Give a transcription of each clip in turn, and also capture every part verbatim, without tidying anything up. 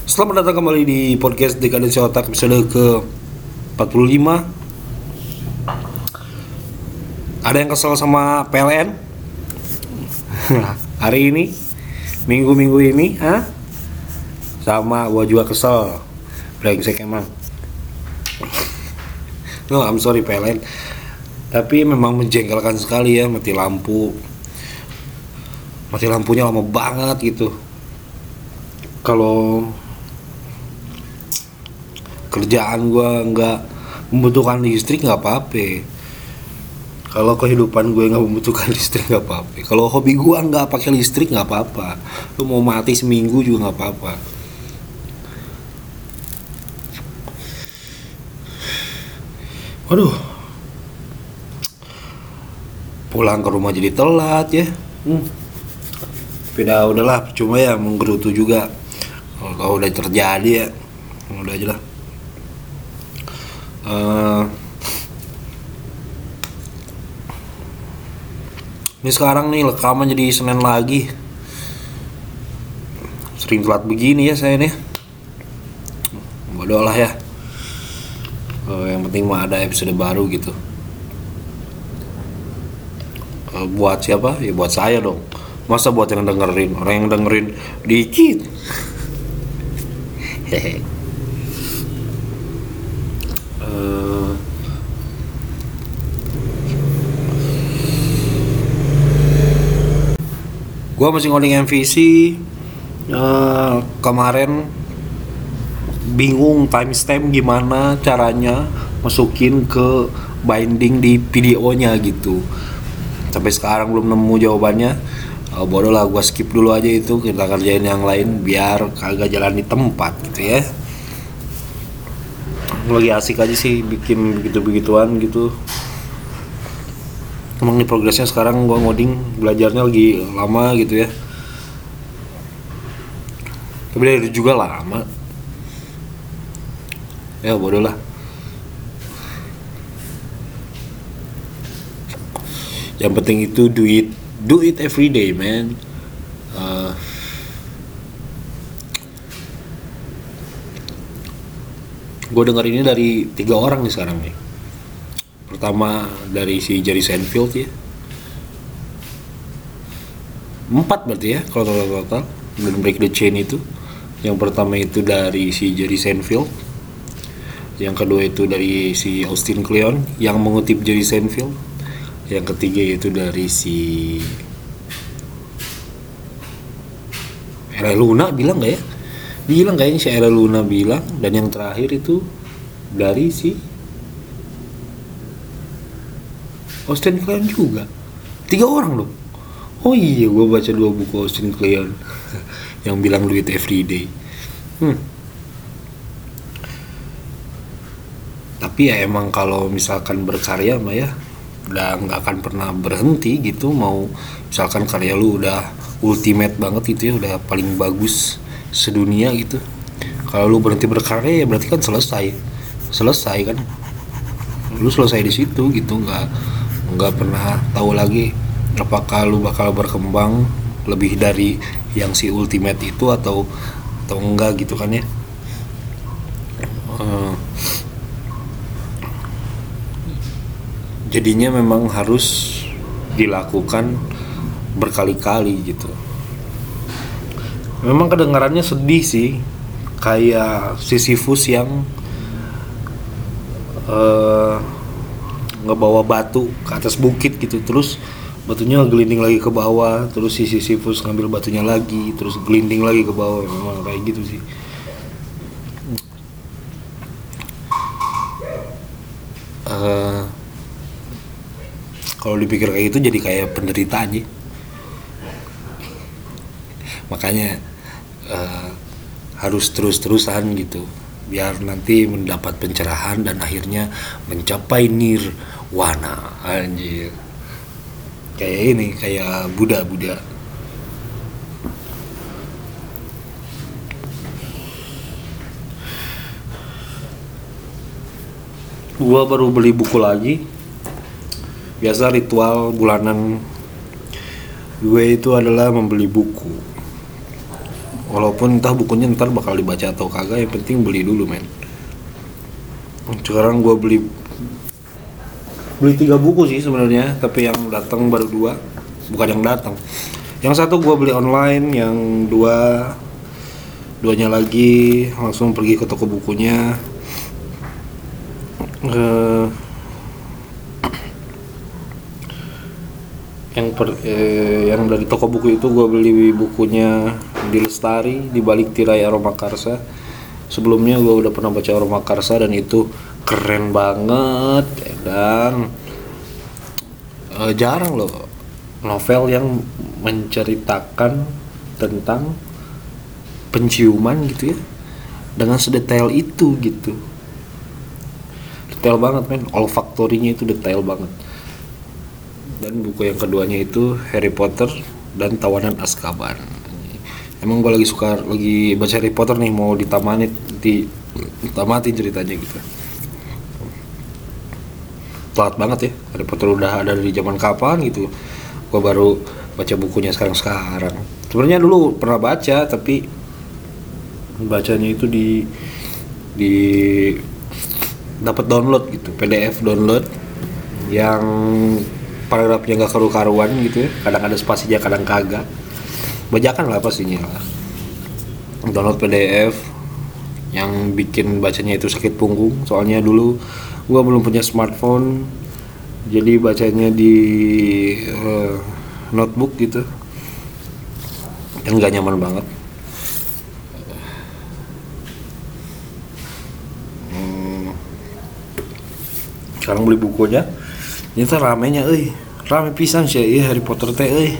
Selamat datang kembali di podcast Dekadensi Otak episode ke empat puluh lima. Ada yang kesel sama P L N? Hari ini, minggu-minggu ini, ha? Sama gua juga kesel. Brengsek emang. No, I'm sorry P L N. Tapi memang menjengkelkan sekali ya, mati lampu. Mati lampunya lama banget gitu. Kalau kerjaan gue nggak membutuhkan listrik nggak apa-apa. Kalau kehidupan gue nggak membutuhkan listrik nggak apa-apa. Kalau hobi gue nggak pakai listrik nggak apa-apa. Lu mau mati seminggu juga nggak apa-apa. Waduh, pulang ke rumah jadi telat ya. Hmm. Tapi dah udahlah, cuma ya menggerutu juga. Kalau udah terjadi ya, udah aja lah. Uh, ini sekarang nih rekaman jadi Senin lagi. Sering telat begini ya saya nih. Bodoh lah ya. Uh, yang penting mah ada episode baru gitu. Uh, buat siapa? Ya buat saya dong. Masa buat yang dengerin? Orang yang dengerin dikit. Hehe. Gua masih ngoding M V C. uh, Kemarin bingung timestamp gimana caranya masukin ke binding di videonya gitu. Sampai sekarang belum nemu jawabannya. uh, Bodoh lah, gua skip dulu aja itu. Kita kerjain yang lain biar kagak jalan di tempat gitu ya. Lagi asik aja sih bikin begitu-begituan gitu. Emang nih progresnya sekarang gua ngoding, belajarnya lagi lama gitu ya. Tapi dari juga lama. Ya bodoh lah. Yang penting itu do it, do it every day man. Uh, gue dengar ini dari tiga orang nih sekarang nih. Pertama dari si Jerry Seinfeld ya. Empat berarti ya kalau total-total dan break the chain itu. Yang pertama itu dari si Jerry Seinfeld. Yang kedua itu dari si Austin Kleon yang mengutip Jerry Seinfeld. Yang ketiga itu dari si Era Luna bilang gak ya? Bilang kayaknya si Era Luna bilang. Dan yang terakhir itu dari si Austin Kleon juga. Tiga orang dong. Oh iya, gue baca dua buku Austin Kleon yang bilang do it every day. Hmm. Tapi ya emang kalau misalkan berkarya mah ya udah nggak akan pernah berhenti gitu. Mau misalkan karya lu udah ultimate banget gitu ya, udah paling bagus sedunia gitu. Kalau lu berhenti berkarya ya berarti kan selesai. Selesai kan. Lu selesai di situ gitu, nggak nggak pernah tahu lagi apakah lu bakal berkembang lebih dari yang si ultimate itu atau atau enggak gitu kan ya. Uh, jadinya memang harus dilakukan berkali-kali gitu. Memang kedengarannya sedih sih, kayak Sisyphus yang uh, ngebawa batu ke atas bukit gitu, terus batunya gelinding lagi ke bawah, terus si Sisyphus ngambil batunya lagi, terus gelinding lagi ke bawah. Memang kayak gitu sih. Uh, kalau dipikir kayak gitu jadi kayak penderita aja. Makanya uh, harus terus-terusan gitu, biar nanti mendapat pencerahan dan akhirnya mencapai nirwana. Anjir, kayak ini, kayak Buddha-Buddha. Gua baru beli buku lagi. Biasa ritual bulanan gue itu adalah membeli buku. walaupun entah bukunya ntar bakal dibaca atau kagak, yang penting beli dulu men. Sekarang gue beli beli tiga buku sih sebenarnya, tapi yang datang baru dua, bukan yang datang. Yang satu gue beli online, yang dua duanya lagi langsung pergi ke toko bukunya. Uh, yang per, eh, yang dari toko buku itu gue beli bukunya di Lestari di balik tirai Aroma Karsa. Sebelumnya gue udah pernah baca Aroma Karsa dan itu keren banget, dan uh, jarang loh novel yang menceritakan tentang penciuman gitu ya dengan sedetail itu gitu. Detail banget men, olfaktorinya itu detail banget. Dan buku yang keduanya itu Harry Potter dan Tawanan Azkaban. Emang gue lagi suka lagi baca Harry Potter nih, mau ditamatin di tamatin ceritanya gitu. Telat banget ya, Harry Potter udah ada dari zaman kapan gitu. Gue baru baca bukunya sekarang-sekarang. Sebenarnya dulu pernah baca, tapi bacanya itu di di dapat download gitu, P D F download yang paragrafnya nggak karu-karuan gitu ya, kadang ada spasinya kadang kagak, bajakan lah pastinya lah. Download P D F yang bikin bacanya itu sakit punggung, soalnya dulu gua belum punya smartphone, jadi bacanya di uh, notebook gitu, yang nggak nyaman banget. hmm. Sekarang beli bukunya ini tuh ramenya, euy, rame pisan sih ya Harry Potter teh, euy.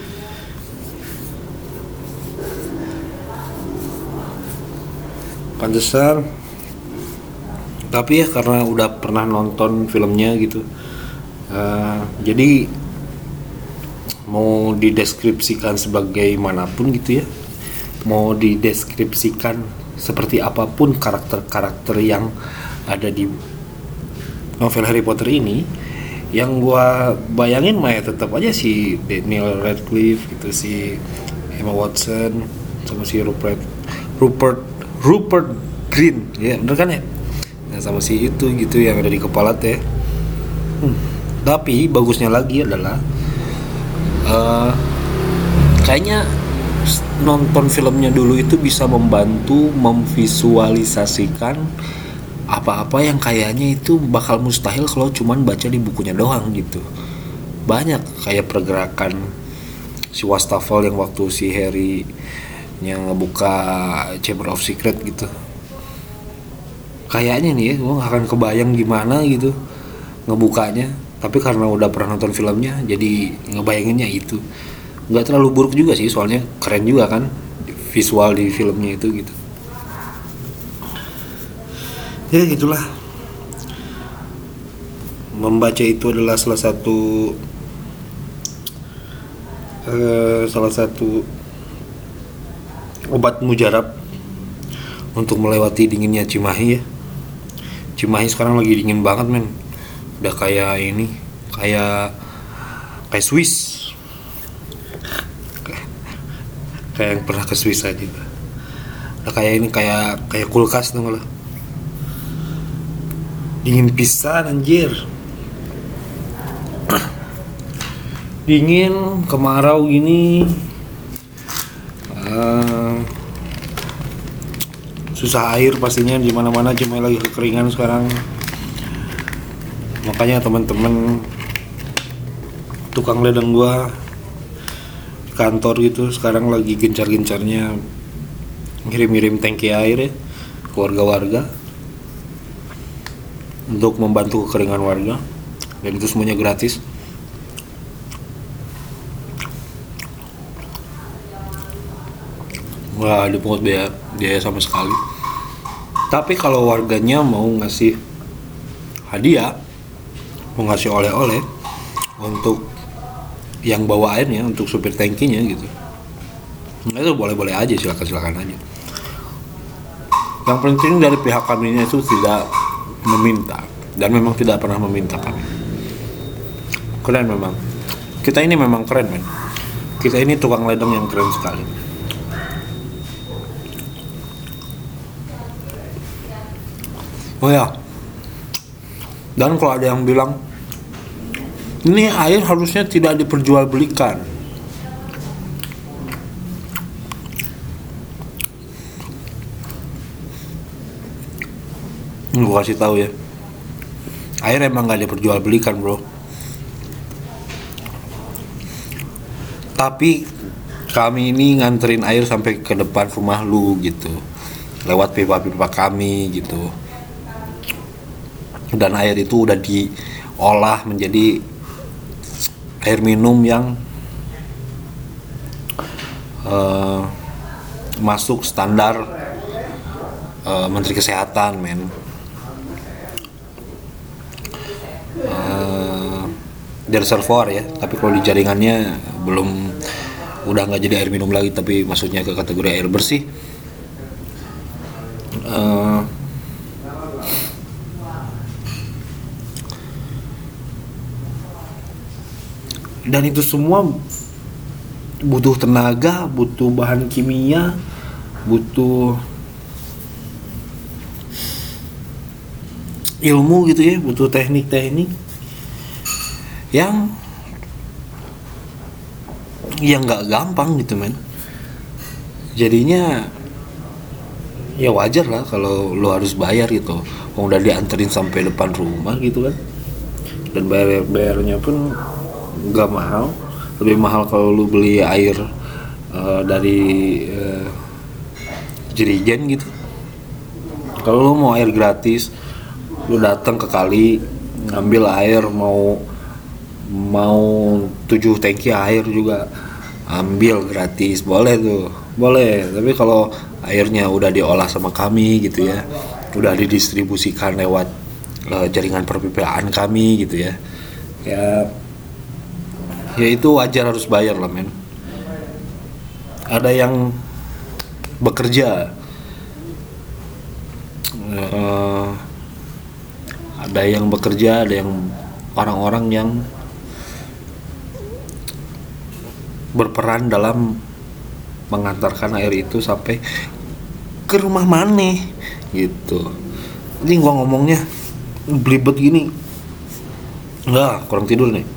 Pantesan. Tapi ya karena udah pernah nonton filmnya gitu, uh, jadi mau dideskripsikan sebagaimanapun gitu ya, mau dideskripsikan seperti apapun karakter-karakter yang ada di novel Harry Potter ini, yang gua bayangin mah ya tetap aja si Daniel Radcliffe gitu, si Emma Watson sama si Rupert Rupert Rupert Grint, ya bener kan ya, nah, sama si itu gitu yang ada di kepala teh. hmm. Tapi bagusnya lagi adalah uh, kayaknya nonton filmnya dulu itu bisa membantu memvisualisasikan apa-apa yang kayaknya itu bakal mustahil kalau cuman baca di bukunya doang gitu. Banyak kayak pergerakan si Wastafel yang waktu si Harry yang ngebuka Chamber of Secret gitu. Kayaknya nih ya, gue gak akan kebayang gimana gitu ngebukanya. Tapi karena udah pernah nonton filmnya, jadi ngebayanginnya itu. Gak terlalu buruk juga sih, soalnya keren juga kan visual di filmnya itu gitu. Ya gitulah, membaca itu adalah salah satu uh, salah satu obat mujarab untuk melewati dinginnya Cimahi ya. Cimahi sekarang lagi dingin banget men, udah kayak ini, kayak kayak Swiss, kayak yang pernah ke Swiss aja. Udah kayak ini, kayak kayak kulkas tuh lah. Dingin pisan anjir. Dingin, kemarau gini, uh, susah air pastinya di mana-mana. Cuma lagi kekeringan sekarang. Makanya teman-teman tukang ledeng gua di kantor gitu sekarang lagi gencar-gencarnya ngirim-ngirim tangki air ya ke warga-warga untuk membantu kekeringan warga, dan itu semuanya gratis. Wah, dipungut biaya, biaya sama sekali. Tapi kalau warganya mau ngasih hadiah, mau ngasih oleh-oleh untuk yang bawa airnya, untuk supir tangkinya gitu, nah itu boleh-boleh aja, silakan-silakan aja. Yang penting dari pihak kami itu tidak meminta, dan memang tidak pernah meminta kami. Keren memang. Kita ini memang keren men. Kita ini tukang ledeng yang keren sekali. Oh ya, dan kalau ada yang bilang ini air harusnya tidak diperjualbelikan, gue kasih tahu ya, air emang gak diperjualbelikan bro. Tapi kami ini nganterin air sampai ke depan rumah lu gitu, lewat pipa-pipa kami gitu. Dan air itu udah diolah menjadi air minum yang uh, masuk standar uh, Menteri Kesehatan, men. Uh, dari reservoir ya, tapi kalau di jaringannya belum, udah nggak jadi air minum lagi, tapi maksudnya ke kategori air bersih. Uh, dan itu semua butuh tenaga, butuh bahan kimia, butuh ilmu gitu ya, butuh teknik-teknik yang yang nggak gampang gitu men. Jadinya ya wajar lah kalau lo harus bayar gitu, udah dianterin sampai depan rumah gitu kan. Dan bayar bayarnya pun nggak mahal, lebih mahal kalau lu beli air uh, dari uh, jerigen gitu. Kalau lu mau air gratis, lu datang ke kali ngambil air, mau mau tujuh tangki air juga ambil gratis, boleh tuh, boleh. Tapi kalau airnya udah diolah sama kami gitu ya, udah didistribusikan lewat uh, jaringan perpipaan kami gitu ya, ya ya itu wajar harus bayar lah men. Ada yang bekerja, uh, ada yang bekerja, ada yang orang-orang yang berperan dalam mengantarkan air itu sampai ke rumah maneh gitu. Ini gua ngomongnya belibet gini, nggak, kurang tidur nih.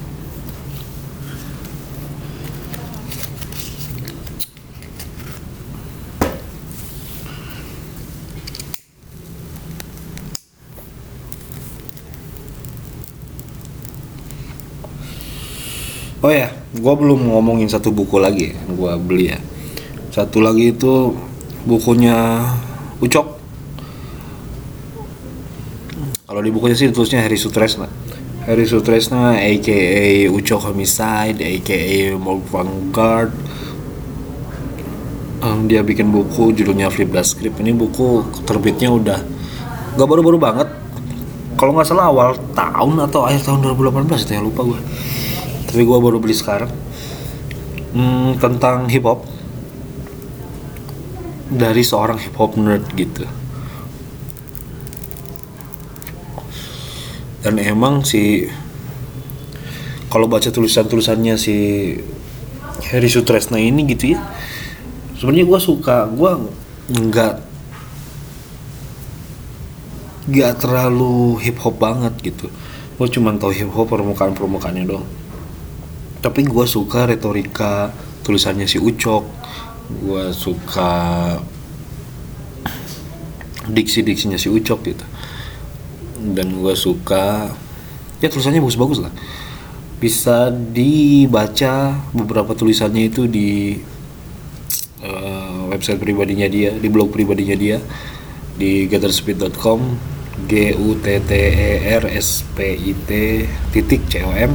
Oh ya, gue belum ngomongin satu buku lagi yang gue beli ya. Satu lagi itu bukunya Ucok. Kalau di bukunya sih tulisnya Heri Sutresna. Heri Sutresna, A K A Ucok Homicide, A K A Morgue Vanguard. Um, dia bikin buku judulnya Flip the Script. Ini buku terbitnya udah gak baru-baru banget. Kalau nggak salah awal tahun atau akhir tahun dua ribu delapan belas, itu ya, lupa gue. Tapi gue baru beli sekarang. hmm, Tentang hip hop dari seorang hip hop nerd gitu. Dan emang si, kalau baca tulisan-tulisannya si Heri Sutresna ini gitu ya, sebenarnya gue suka. Gue nggak nggak terlalu hip hop banget gitu. Gue cuma tahu hip hop permukaan-permukaannya doang. Tapi gue suka retorika tulisannya si Ucok, gue suka diksi-diksinya si Ucok gitu, dan gue suka ya tulisannya bagus-bagus lah. Bisa dibaca beberapa tulisannya itu di uh, website pribadinya dia, di blog pribadinya dia di getterspeed dot com, G U T T E R S P I T titik C O M.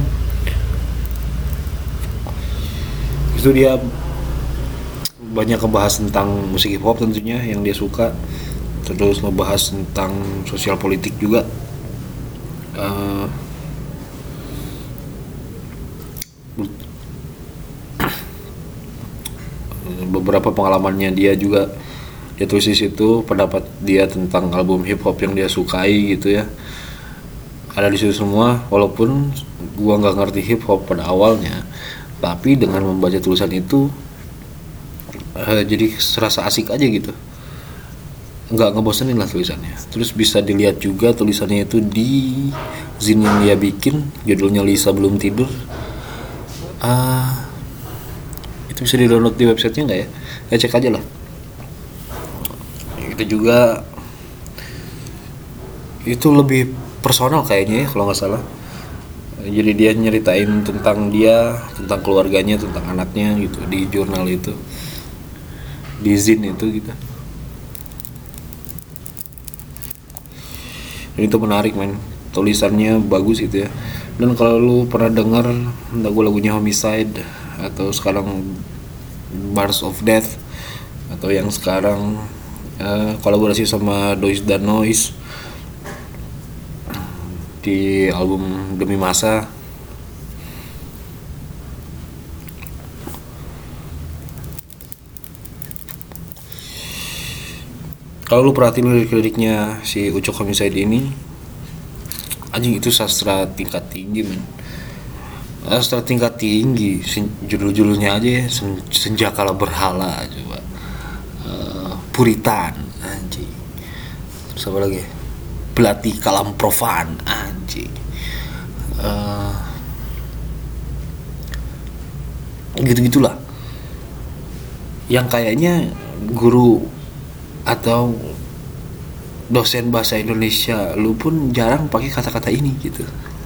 Itu dia banyak ngebahas tentang musik hip hop tentunya yang dia suka, terus ngebahas tentang sosial politik juga. Uh, beberapa pengalamannya dia juga dia tulis di situ, pendapat dia tentang album hip hop yang dia sukai gitu ya, ada di situ semua. Walaupun gua nggak ngerti hip hop pada awalnya, tapi dengan membaca tulisan itu uh, jadi serasa asik aja gitu. nggak ngebosenin lah tulisannya. Terus bisa dilihat juga tulisannya itu di zin yang dia bikin, judulnya Lisa Belum Tidur. Ah, itu bisa di download di websitenya nggak ya? Ya cek aja lah. Itu juga itu lebih personal kayaknya ya kalau nggak salah. Jadi dia nyeritain tentang dia, tentang keluarganya, tentang anaknya gitu di jurnal itu, di zin itu gitu. Dan itu menarik men, tulisannya bagus gitu ya. Dan kalau lu pernah dengar lagu-lagunya Homicide atau sekarang Bars of Death atau yang sekarang uh, kolaborasi sama Dois dan Noise di album Demi Masa, kalau lu perhatiin lirik-liriknya si Ucok Homicide ini, anjing itu sastra tingkat tinggi men. Sastra tingkat tinggi, judul-judulnya aja ya, Sen- Senjakala Berhala coba, uh, Puritan anjing, terus apa lagi, Belati Kalam Profan anjing, uh, gitu-gitulah, yang kayaknya guru atau dosen bahasa Indonesia lu pun jarang pakai kata-kata ini gitu.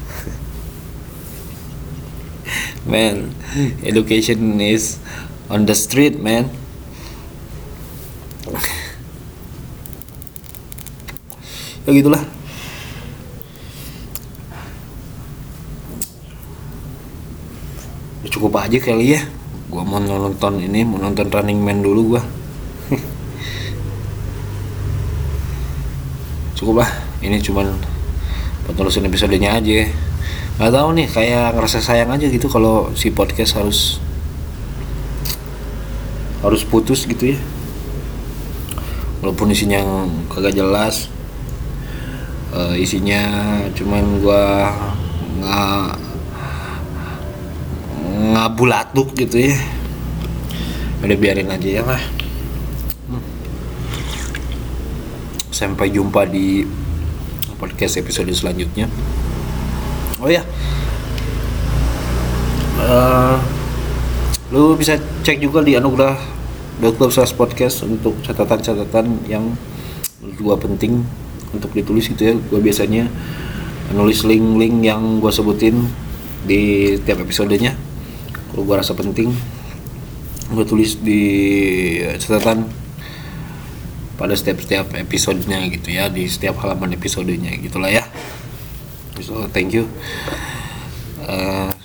Man, education is on the street man. Ya gitulah. Ya cukup aja kali ya. Gua mau nonton ini, mau nonton Running Man dulu gua. Cukup lah, ini cuman penelusuran episodenya aja. Nggak tahu nih, kayak ngerasa sayang aja gitu kalau si podcast harus harus putus gitu ya. Walaupun isinya kagak jelas, uh, isinya cuman gua nggak ngabulatuk gitu ya. Udah biarin aja ya lah. Sampai jumpa di podcast episode selanjutnya. Oh ya, uh, lu bisa cek juga di anugerah dot club slash podcast untuk catatan-catatan yang gua penting untuk ditulis gitu ya. Gua biasanya nulis link-link yang gua sebutin di tiap episodenya. Kalau gua rasa penting, gua tulis di catatan pada setiap-setiap episodenya gitu ya, di setiap halaman episodenya gitulah ya. So thank you. Uh,